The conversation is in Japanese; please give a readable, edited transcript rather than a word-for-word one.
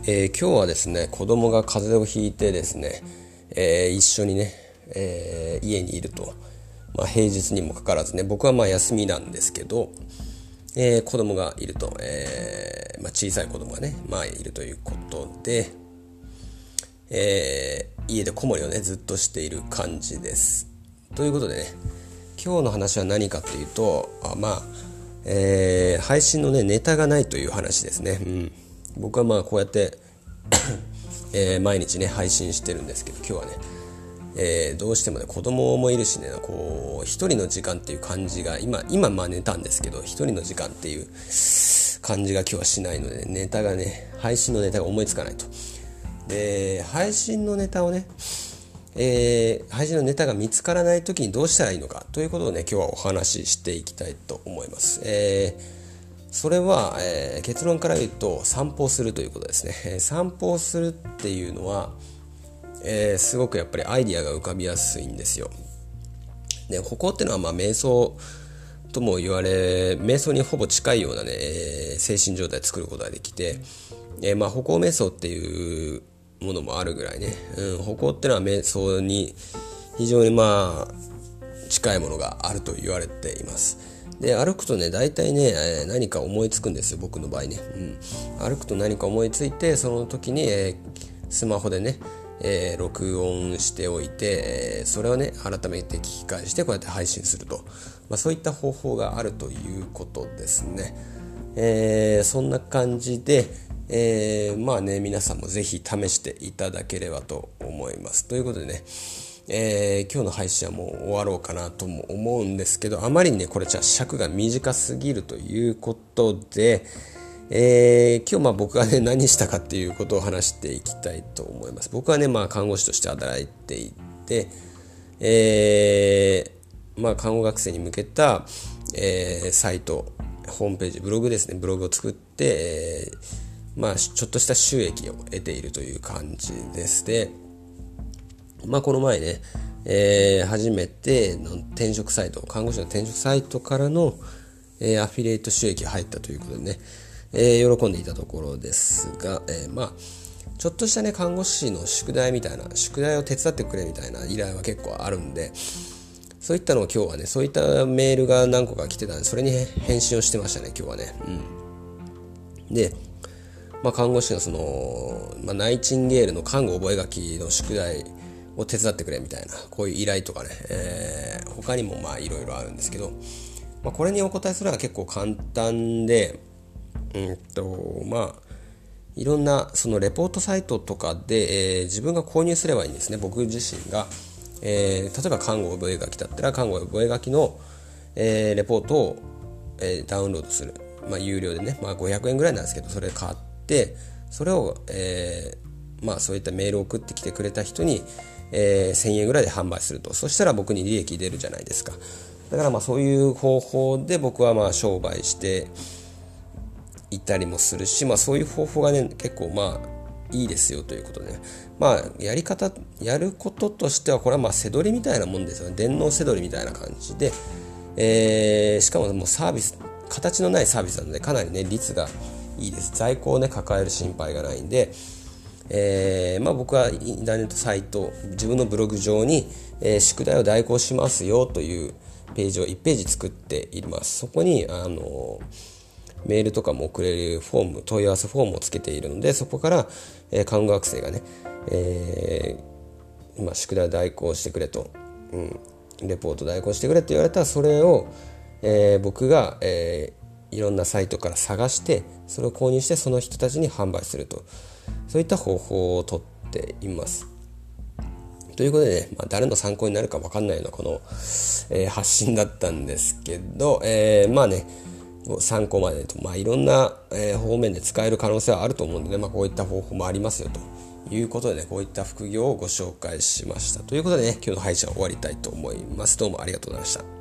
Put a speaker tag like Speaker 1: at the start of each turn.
Speaker 1: 今日はですね、子供が風邪をひいてですね、一緒にね、家にいると、平日にもかかわらずね、僕は休みなんですけど、子供がいると、小さい子供がね、いるということで、家で子守をねずっとしている感じです。ということでね、今日の話は何かというと、配信のねネタがないという話ですね。僕はこうやって毎日ね配信してるんですけど、今日はね、どうしてもね子供もいるしね、こう一人の時間っていう感じが今寝たんですけど、一人の時間っていう感じが今日はしないので、配信のネタが思いつかないと。で、配信のネタをね、配信のネタが見つからないときにどうしたらいいのかということをね、今日はお話ししていきたいと思います。それは、結論から言うと散歩をするということですね。散歩をするっていうのは、すごくやっぱりアイディアが浮かびやすいんですよ。で、ここっていうのは瞑想とも言われ、瞑想にほぼ近いようなね、精神状態を作ることができて、歩行瞑想っていうものもあるぐらいね、歩行っていうのは瞑想に非常に近いものがあると言われています。で、歩くとね大体ね、何か思いつくんですよ、僕の場合ね。歩くと何か思いついて、その時に、スマホでね、録音しておいて、それをね改めて聞き返してこうやって配信すると、そういった方法があるということですね。そんな感じで、皆さんもぜひ試していただければと思います。ということでね、今日の配信はもう終わろうかなとも思うんですけど、あまりにねこれじゃ尺が短すぎるということで、今日僕がね何したかっていうことを話していきたいと思います。僕はね看護師として働いていて、看護学生に向けた、サイト、ホームページ、ブログですね、ブログを作って、ちょっとした収益を得ているという感じです。で、この前ね、初めての転職サイト、看護師の転職サイトからの、アフィリエイト収益が入ったということでね、喜んでいたところですが、ちょっとしたね看護師の宿題みたいな、宿題を手伝ってくれみたいな依頼は結構あるんで、そういったのを今日はね、そういったメールが何個か来てたんで、それに返信をしてましたね、今日はね。で、看護師のその、ナイチンゲールの看護覚書の宿題を手伝ってくれみたいな、こういう依頼とかね、他にもいろいろあるんですけど、これにお答えするのは結構簡単で、いろんなそのレポートサイトとかで、自分が購入すればいいんですね。僕自身が、例えば看護覚書だったら看護覚書の、レポートを、ダウンロードする、有料でね、500円ぐらいなんですけど、それ買って、それを、そういったメールを送ってきてくれた人に、1000円ぐらいで販売すると。そしたら僕に利益出るじゃないですか。だからそういう方法で僕は商売していたりもするし、そういう方法がね結構いいですよということで、やることとしては、これは背取りみたいなもんですよね。電脳背取りみたいな感じで、しかもサービス、形のないサービスなのでかなりね率がいいです。在庫をね抱える心配がないんで、僕はインターネットサイト、自分のブログ上に、宿題を代行しますよというページを1ページ作っています。そこにメールとかも送れるフォーム、問い合わせフォームをつけているので、そこから、看護学生がね、宿題を代行してくれと、レポート代行してくれと言われたら、それを、僕が、いろんなサイトから探して、それを購入してその人たちに販売すると、そういった方法をとっています。ということでね、誰の参考になるか分かんないようなこの、発信だったんですけど、参考までと、いろんな、方面で使える可能性はあると思うんでね、こういった方法もありますよということでね、こういった副業をご紹介しました。ということでね、今日の配信は終わりたいと思います。どうもありがとうございました。